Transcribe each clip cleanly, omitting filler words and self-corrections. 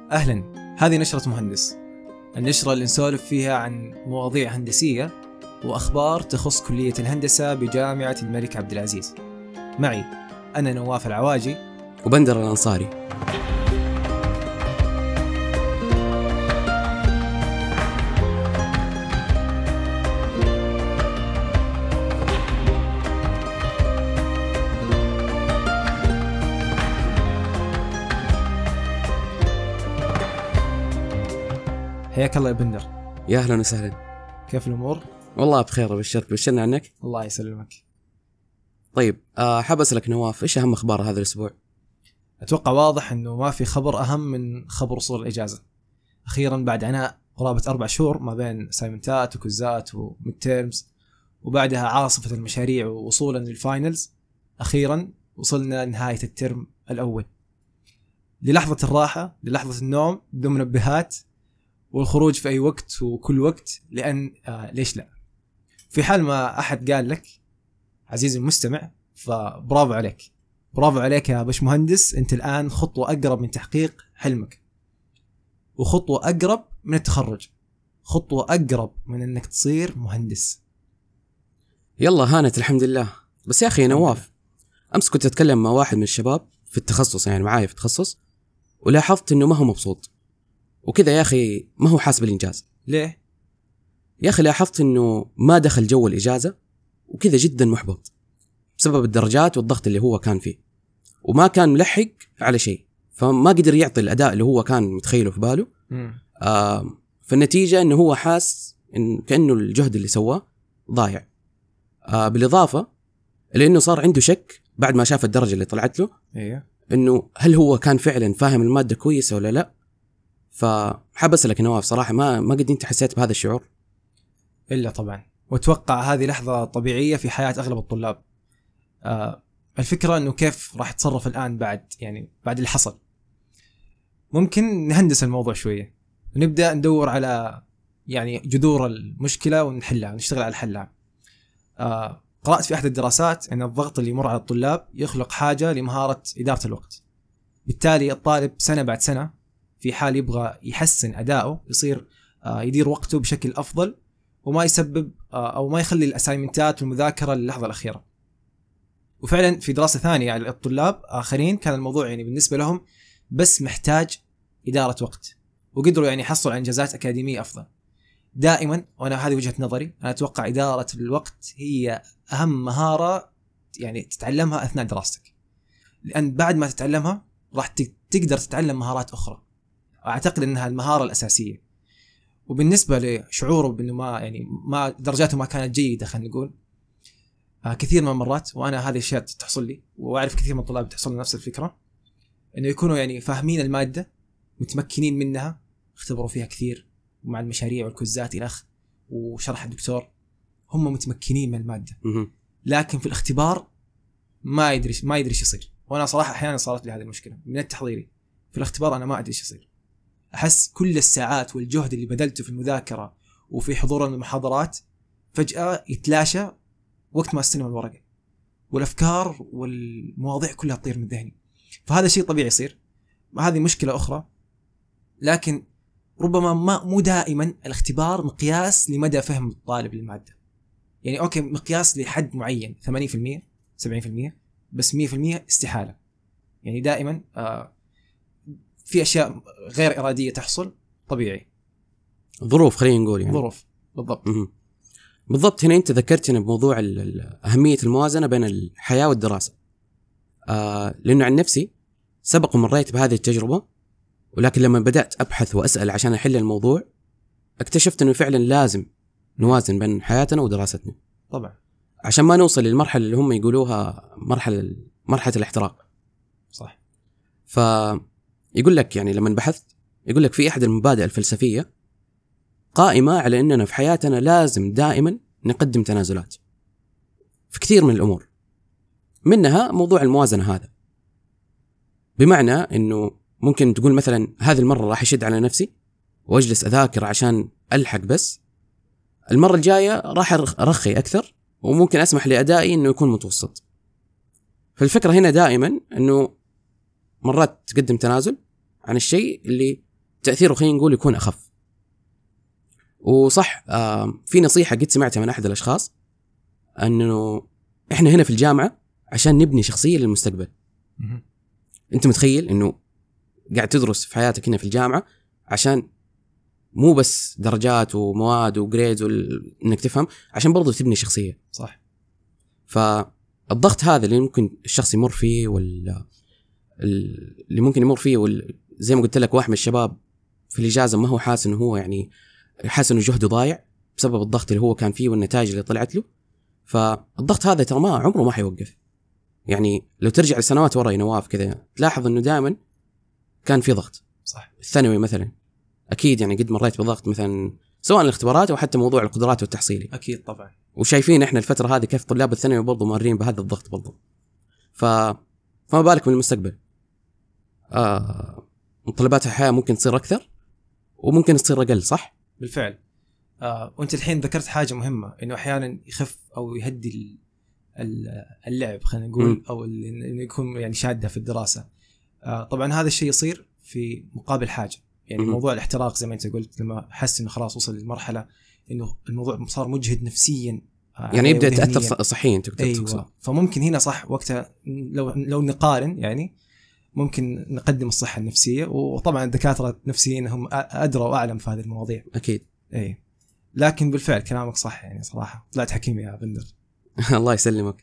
أهلا، هذه نشرة مهندس، النشرة اللي نسولف فيها عن مواضيع هندسية وأخبار تخص كلية الهندسة بجامعة الملك عبد العزيز. معي أنا نواف العواجي وبندر الأنصاري. حياك الله يا بندر. يا أهلا وسهلا. كيف الأمور؟ والله بخير، بشرنا عنك. الله يسلمك. طيب حاب أسألك نواف، إيش أهم أخبار هذا الأسبوع؟ أتوقع واضح أنه ما في خبر أهم من خبر وصول الإجازة أخيرا بعد عناء قرابة 4 شهور ما بين أسايمنتات وكوزات وميدتيرمز، وبعدها عاصفة المشاريع ووصولا للفاينلز. أخيرا وصلنا لنهاية الترم الأول، للحظة الراحة، للحظة النوم بدون منبهات، والخروج في أي وقت وكل وقت، لأن ليش لا؟ في حال ما أحد قال لك عزيزي المستمع فبرافو عليك، برافو عليك يا باش مهندس. أنت الآن خطوة أقرب من تحقيق حلمك، وخطوة أقرب من التخرج، خطوة أقرب من أنك تصير مهندس. يلا هانت الحمد لله. بس يا أخي نواف، أمس كنت أتكلم مع واحد من الشباب في التخصص، يعني معايا في التخصص، ولاحظت أنه ما هو مبسوط وكذا يا أخي، ما هو حاسب الإنجاز. ليه؟ يا أخي لاحظت أنه ما دخل جو الإجازة وكذا، جدا محبط بسبب الدرجات والضغط اللي هو كان فيه، وما كان ملحق على شيء، فما قدر يعطي الأداء اللي هو كان متخيله في باله. فالنتيجة أنه هو حاس إن كأنه الجهد اللي سواه ضايع. بالإضافة لأنه صار عنده شك بعد ما شاف الدرجة اللي طلعت له، أنه هل هو كان فعلا فاهم المادة كويسة ولا لا. فحاب أسألك نواف صراحة، ما قد أنت حسيت بهذا الشعور؟ إلا طبعا، واتوقع هذه لحظة طبيعية في حياة أغلب الطلاب. الفكرة أنه كيف راح يتصرف الآن بعد اللي حصل. ممكن نهندس الموضوع شوية ونبدأ ندور على جذور المشكلة ونحلها ونشتغل على حلها. قرأت في أحد الدراسات أن الضغط اللي يمر على الطلاب يخلق حاجة لمهارة إدارة الوقت. بالتالي الطالب سنة بعد سنة في حال يبغى يحسن أداؤه يصير يدير وقته بشكل أفضل، وما يسبب أو ما يخلي الأسايمنتات والمذاكرة للحظة الأخيرة. وفعلا في دراسة ثانية على الطلاب آخرين كان الموضوع بالنسبة لهم بس محتاج إدارة وقت، وقدروا يحصلوا على إنجازات أكاديمية أفضل. دائما، وأنا هذه وجهة نظري، أنا أتوقع إدارة الوقت هي أهم مهارة تتعلمها أثناء دراستك، لأن بعد ما تتعلمها راح تقدر تتعلم مهارات أخرى. أعتقد أنها المهارة الأساسية. وبالنسبة لشعوره بأنه ما درجاته ما كانت جيدة، خلينا نقول كثير من المرات، وأنا هذه الأشياء تحصل لي وأعرف كثير من الطلاب تحصل نفس الفكرة، إنه يكونوا فاهمين المادة، متمكنين منها، اختبروا فيها كثير مع المشاريع والكوزات الأخ وشرح الدكتور، هم متمكنين من المادة، لكن في الاختبار ما يدري ايش يصير. وأنا صراحة أحيانا صارت لي هذه المشكلة من التحضيري في الاختبار، أنا ما أدري ايش يصير. أحس كل الساعات والجهد اللي بذلته في المذاكرة وفي حضور المحاضرات فجأة يتلاشى وقت ما استلم الورقة، والأفكار والمواضيع كلها تطير من ذهني. فهذا شيء طبيعي يصير، هذه مشكلة أخرى. لكن ربما مو دائما الاختبار مقياس لمدى فهم الطالب للمادة. أوكي، مقياس لحد معين 80% 70%، بس 100% استحالة. دائما في أشياء غير إرادية تحصل، طبيعي، ظروف، خلينا نقول ظروف. بالضبط. هنا أنت ذكرتنا بموضوع أهمية الموازنة بين الحياة والدراسة. لأنه عن نفسي سبق ومريت بهذه التجربة، ولكن لما بدأت أبحث وأسأل عشان أحل الموضوع اكتشفت أنه فعلا لازم نوازن بين حياتنا ودراستنا، طبعا، عشان ما نوصل للمرحلة اللي هم يقولوها مرحلة الاحتراق. صح. فيقول لك لما بحثت يقول لك في أحد المبادئ الفلسفية قائمة على أننا في حياتنا لازم دائما نقدم تنازلات في كثير من الأمور، منها موضوع الموازنة هذا. بمعنى أنه ممكن تقول مثلا هذه المرة راح أشد على نفسي وأجلس أذاكر عشان ألحق، بس المرة الجاية راح أرخي أكثر وممكن أسمح لأدائي أنه يكون متوسط. فالفكرة هنا دائما أنه مرات تقدم تنازل عن الشيء اللي تأثيره خلينا نقول يكون أخف. وصح في نصيحة قد سمعتها من أحد الأشخاص أنه إحنا هنا في الجامعة عشان نبني شخصية للمستقبل. أنت متخيل أنه قاعد تدرس في حياتك هنا في الجامعة عشان مو بس درجات ومواد وجريدز إنك تفهم، عشان برضو تبني شخصية. صح. فالضغط هذا اللي ممكن الشخص يمر فيه اللي ممكن يمر فيه زي ما قلت لك، واحد من الشباب في الإجازة ما هو حاسس إنه هو يعني حاسس إنه جهده ضايع بسبب الضغط اللي هو كان فيه والنتائج اللي طلعت له. فالضغط هذا ترى ما عمره ما حيوقف. يعني لو ترجع لسنوات ورا نواف كذا تلاحظ إنه دائما كان في ضغط. صح. الثانوي مثلا أكيد يعني قد مريت بضغط مثلا سواء الاختبارات أو حتى موضوع القدرات والتحصيلي. أكيد طبعا. وشايفين إحنا الفترة هذه كيف طلاب الثانوي برضو مارين بهذا الضغط برضو. فما بالك من المستقبل. متطلبات الحياة ممكن تصير أكثر وممكن تصير أقل. صح؟ بالفعل. وأنت الحين ذكرت حاجة مهمة، إنه أحيانا يخف أو يهدي اللعب خلينا نقول، أو إنه يكون يعني شادة في الدراسة. طبعا هذا الشيء يصير في مقابل حاجة، يعني موضوع الاحتراق زي ما أنت قلت، لما حس إنه خلاص وصل لمرحلة إنه الموضوع صار مجهد نفسيا، يعني يبدأ تأثر صحيا. أنت أيوة. فممكن هنا صح وقتها لو نقارن يعني ممكن نقدم الصحة النفسية، وطبعا الدكاترة النفسيين هم أدرى وأعلم في هذه المواضيع. أكيد. إيه. لكن بالفعل كلامك صح، يعني صراحة طلعت حكيم يا بندر. الله يسلمك.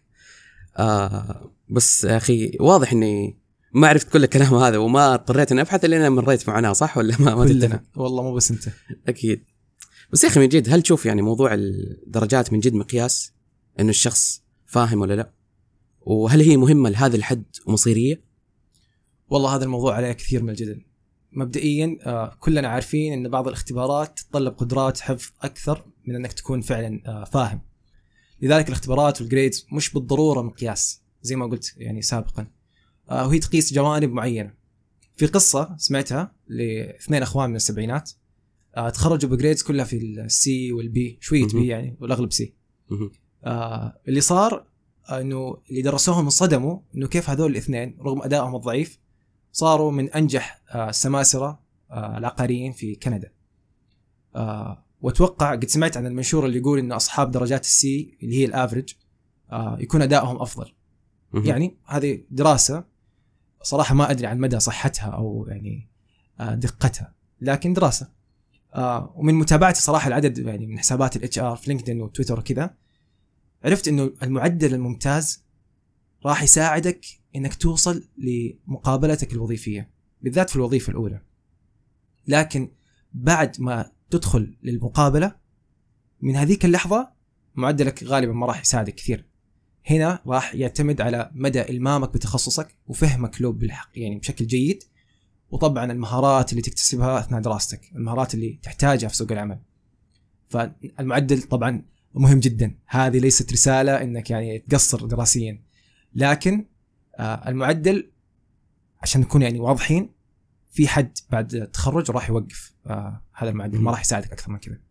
بس يا أخي واضح إني ما عرفت كل الكلام هذا وما اضطريت أن أبحث لأن مريت معنا. صح ولا ما كلنا؟ والله مو بس أنت. أكيد. بس يا أخي من جد، هل تشوف يعني موضوع الدرجات من جد مقياس إنه الشخص فاهم ولا لا؟ وهل هي مهمة لهذا الحد ومصيرية؟ والله هذا الموضوع عليه كثير من الجدل. مبدئيا كلنا عارفين أن بعض الاختبارات تتطلب قدرات حفظ أكثر من أنك تكون فعلا فاهم. لذلك الاختبارات والجريدز مش بالضرورة مقياس زي ما قلت يعني سابقا، وهي تقيس جوانب معينة. في قصة سمعتها لاثنين أخوان من السبعينات، تخرجوا بجريدز كلها في السي والبي، شوية بي يعني والأغلب سي. اللي صار أنه اللي درسوهم انصدموا أنه كيف هذول الاثنين رغم أدائهم الضعيف صاروا من أنجح السماسرة العقاريين في كندا. واتوقع قد سمعت عن المنشور اللي يقول إن أصحاب درجات السي اللي هي الافريج يكون أدائهم أفضل. يعني هذه دراسة صراحة ما أدري عن مدى صحتها أو يعني دقتها، لكن دراسة. ومن متابعتي صراحة العدد يعني من حسابات الاتش ار في لينكدين وتويتر وكذا، عرفت إنه المعدل الممتاز راح يساعدك إنك توصل لمقابلتك الوظيفية بالذات في الوظيفة الأولى. لكن بعد ما تدخل للمقابلة من هذيك اللحظة معدلك غالبا ما راح يساعدك كثير. هنا راح يعتمد على مدى إلمامك بتخصصك وفهمك له بالحق يعني بشكل جيد، وطبعا المهارات اللي تكتسبها أثناء دراستك، المهارات اللي تحتاجها في سوق العمل. فالمعدل طبعا مهم جدا، هذه ليست رسالة إنك يعني تقصر دراسيا، لكن المعدل عشان نكون يعني واضحين في حد بعد التخرج راح يوقف هذا المعدل، ما راح يساعدك أكثر من كذا.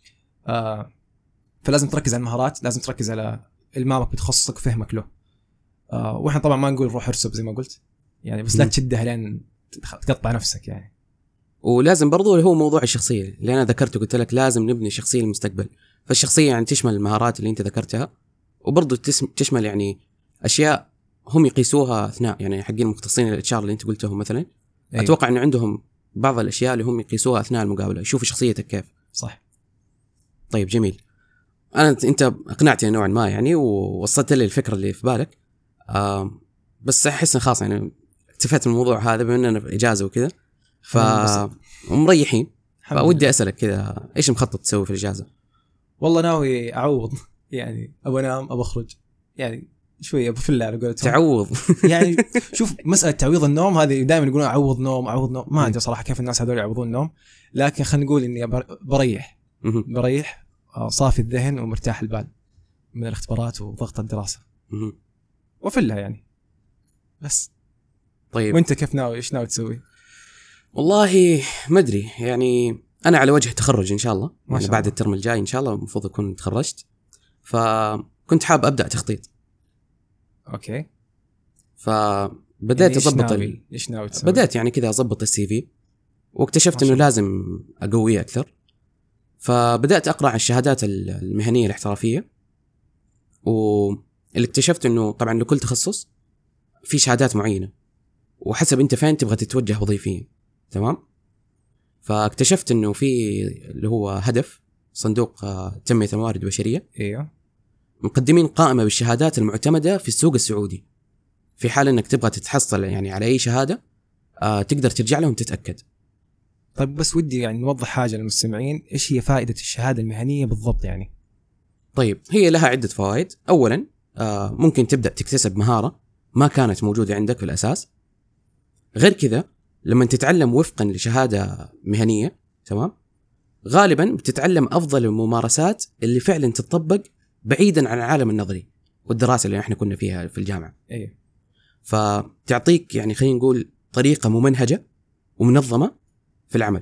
فلازم تركز على المهارات، لازم تركز على إلمامك بتخصصك وفهمك له. وإحنا طبعا ما نقول روح ارسب زي ما قلت يعني، بس لا تشدها لين تقطع نفسك يعني. ولازم برضو هو موضوع الشخصية اللي أنا ذكرته، قلت لك لازم نبني شخصية للمستقبل. فالشخصية يعني تشمل المهارات اللي أنت ذكرتها، وبرضو تشمل يعني أشياء هم يقيسوها أثناء يعني حقين مختصين الاتش ار اللي أنت قلتهم مثلا. أيوة. أتوقع إنه عندهم بعض الأشياء اللي هم يقيسوها أثناء المقابلة، يشوفوا شخصيتك كيف. صح. طيب جميل. أنت أقنعتني نوعا ما يعني، ووصلت لي الفكرة اللي في بالك. بس أحس خلاص يعني اكتفيت من الموضوع هذا بما أننا في إجازة وكذا ومريحين. فودي أسألك كذا إيش مخطط تسوي في الإجازة؟ والله ناوي أعوض يعني، أبغى أنام أبغى أخرج يعني شوية بفل على قولتهم. تعوض يعني شوف مسألة تعويض النوم هذه دائما يقولون أعوض نوم، ما أدري صراحة كيف الناس هذول يعوضون النوم، لكن خلينا نقول إني بريح صافي الذهن ومرتاح البال من الاختبارات وضغط الدراسة وفلها يعني بس. طيب وانت كيف ناوي، ايش ناوي تسوي؟ والله ما ادري يعني، انا على وجه تخرج ان شاء الله يعني بعد الله. الترم الجاي ان شاء الله المفروض اكون تخرجت، فكنت حاب ابدا تخطيط. اوكي. فبدأت يعني اضبط ايش ناوي تسوي؟ بدأت يعني كذا اضبط السي في، واكتشفت إنه لازم أقويه أكثر. فبدأت أقرأ عن الشهادات المهنية الاحترافية، واللي اكتشفت إنه طبعا لكل تخصص في شهادات معينة وحسب أنت فين تبغى تتوجه وظيفيا. تمام. فاكتشفت إنه في اللي هو هدف صندوق تنمية الموارد البشرية، ايوه، مقدمين قائمة بالشهادات المعتمدة في السوق السعودي، في حال انك تبغى تتحصل يعني على اي شهادة تقدر ترجع لهم تتأكد. طيب بس ودي يعني نوضح حاجة للمستمعين، ايش هي فائدة الشهادة المهنية بالضبط يعني؟ طيب هي لها عدة فوائد. اولا ممكن تبدأ تكتسب مهارة ما كانت موجودة عندك في الأساس. غير كذا لما تتعلم وفقا لشهادة مهنية، تمام، غالبا بتتعلم أفضل الممارسات اللي فعلا تتطبق بعيدا عن العالم النظري والدراسة اللي احنا كنا فيها في الجامعة. ايوه. فتعطيك يعني خلينا نقول طريقة ممنهجة ومنظمة في العمل.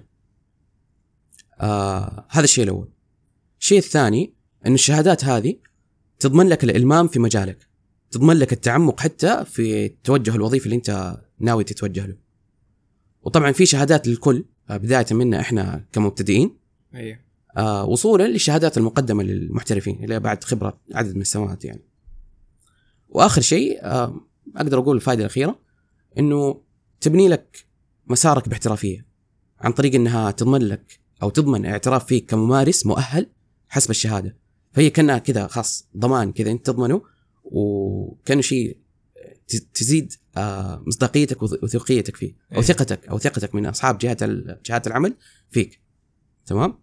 هذا الشيء الأول. الشيء الثاني أن الشهادات هذه تضمن لك الإلمام في مجالك، تضمن لك التعمق حتى في التوجه الوظيفي اللي أنت ناوي تتوجه له. وطبعا في شهادات للكل بداية منا إحنا كمبتدئين، ايوه، وصولا للشهادات المقدمة للمحترفين اللي بعد خبرة عدد من السنوات يعني. وآخر شيء أقدر أقول الفائدة الأخيرة إنه تبني لك مسارك باحترافية عن طريق إنها تضمن لك أو تضمن اعتراف فيك كممارس مؤهل حسب الشهادة. فهي كأنها كذا خاص ضمان كذا أنت تضمنه، وكان شيء تزيد مصداقيتك وثقيتك فيه، أو ثقتك من أصحاب جهات العمل فيك. تمام.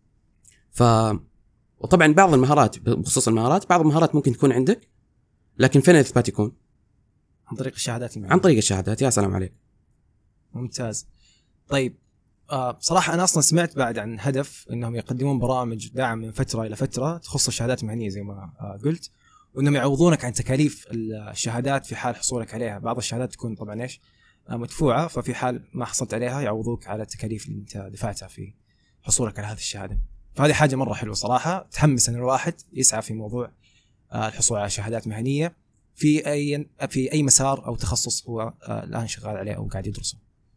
وطبعا بعض المهارات بخصوص المهارات، بعض المهارات ممكن تكون عندك لكن فين الإثبات يكون؟ عن طريق الشهادات المهنية. عن طريق الشهادات. يا سلام عليك. ممتاز. طيب بصراحة أنا أصلا سمعت بعد عن هدف أنهم يقدمون برامج دعم من فترة إلى فترة تخص الشهادات المهنية زي ما قلت، وأنهم يعوضونك عن تكاليف الشهادات في حال حصولك عليها. بعض الشهادات تكون طبعا إيش مدفوعة، ففي حال ما حصلت عليها يعوضوك على التكاليف اللي أنت دفعتها في حصولك على هذه الشهادة. فهذه حاجة مرة حلوة صراحة، تحمس أن الواحد يسعى في موضوع الحصول على شهادات مهنية في أي مسار أو تخصص هو الآن شغال عليه أو قاعد يدرسه.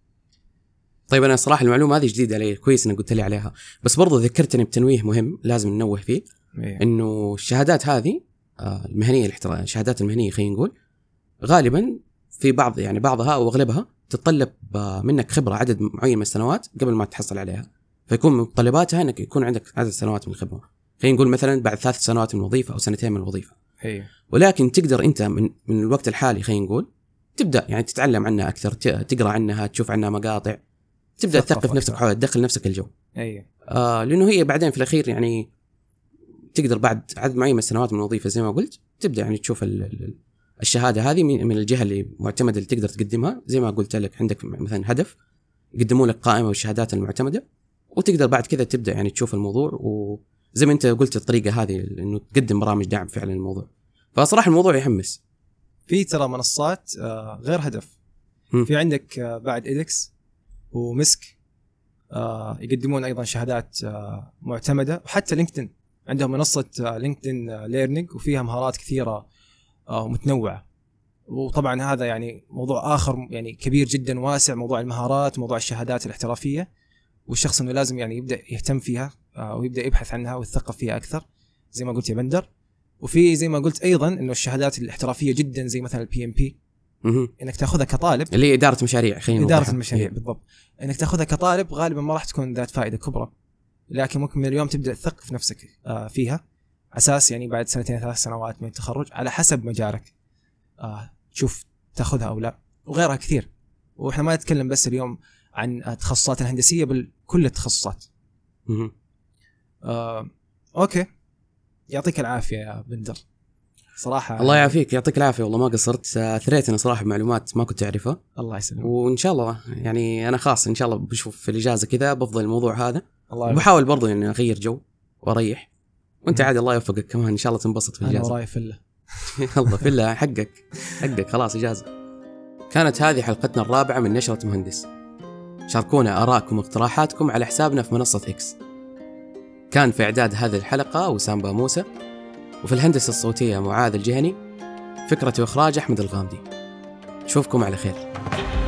طيب أنا صراحة المعلومة هذه جديدة علي، كويس إنك قلت لي عليها، بس برضو ذكرتني بتنويه مهم لازم ننوه فيه. إنه الشهادات هذه المهنية الشهادات المهنية خلينا نقول غالبا في بعضها أو أغلبها تتطلب منك خبرة عدد معين من السنوات قبل ما تحصل عليها، فيكون من متطلباتها إنك يكون عندك عدد سنوات من الخبرة. خلينا نقول مثلا بعد 3 سنوات من الوظيفة أو 2 من الوظيفة. ولكن تقدر أنت من الوقت الحالي خلينا نقول تبدأ يعني تتعلم عنها أكثر، تقرأ عنها، تشوف عنها مقاطع، تبدأ تثقف نفسك حولها، تدخل نفسك الجو. لأنه هي بعدين في الأخير يعني تقدر بعد عدد معين من السنوات من الوظيفة زي ما قلت تبدأ يعني تشوف الشهادة هذه من الجهة اللي معتمدة اللي تقدر تقدمها. زي ما قلت لك عندك مثلا هدف يقدموا لك قائمة بالشهادات المعتمدة، وتقدر بعد كذا تبدأ يعني تشوف الموضوع، وزي ما أنت قلت الطريقة هذه إنه تقدم برامج دعم فعلا الموضوع. فصراحة الموضوع يحمس. في ترى منصات غير هدف، في عندك بعد إدكس ومسك يقدمون أيضا شهادات معتمدة، وحتى لينكدين عندهم منصة لينكدين ليرنينج وفيها مهارات كثيرة ومتنوعة. وطبعا هذا يعني موضوع آخر يعني كبير جدا واسع، موضوع المهارات، موضوع الشهادات الاحترافية، والشخص إنه لازم يعني يبدأ يهتم فيها ويبدأ يبحث عنها ويتثقف فيها أكثر زي ما قلت يا بندر. وفي زي ما قلت أيضا إنه الشهادات الاحترافية جدا زي مثلا PMP إنك تأخذها كطالب، اللي هي إدارة مشاريع، إدارة المشاريع بالضبط، إنك تأخذها كطالب غالبا ما راح تكون ذات فائدة كبرى، لكن ممكن من اليوم تبدأ تثقف نفسك فيها أساس يعني بعد 2 3 سنوات من التخرج على حسب مجالك تشوف تأخذها أو لا، وغيرها كثير. وإحنا ما نتكلم بس اليوم عن التخصصات الهندسية بل كل التخصصات. أوكي، يعطيك العافية يا بندر صراحة. الله يعافيك، يعطيك العافية والله ما قصرت، أثريتنا صراحة بمعلومات ما كنت أعرفها. الله يسلمك. وإن شاء الله يعني أنا خاص إن شاء الله بشوف في الإجازة كذا بفضل الموضوع هذا، وبحاول برضو إني أغير جو وأريح، وأنت عاد الله يوفقك كمان إن شاء الله تنبسط في الإجازة. أنا وراي فله. الله فله، حقك خلاص إجازة. كانت هذه حلقتنا الرابعة من نشرة مهندس. شاركونا آراءكم واقتراحاتكم على حسابنا في منصة إكس. كان في إعداد هذه الحلقة وسام باموسى، وفي الهندسة الصوتية معاذ الجهني، فكرة وإخراج أحمد الغامدي. نشوفكم على خير.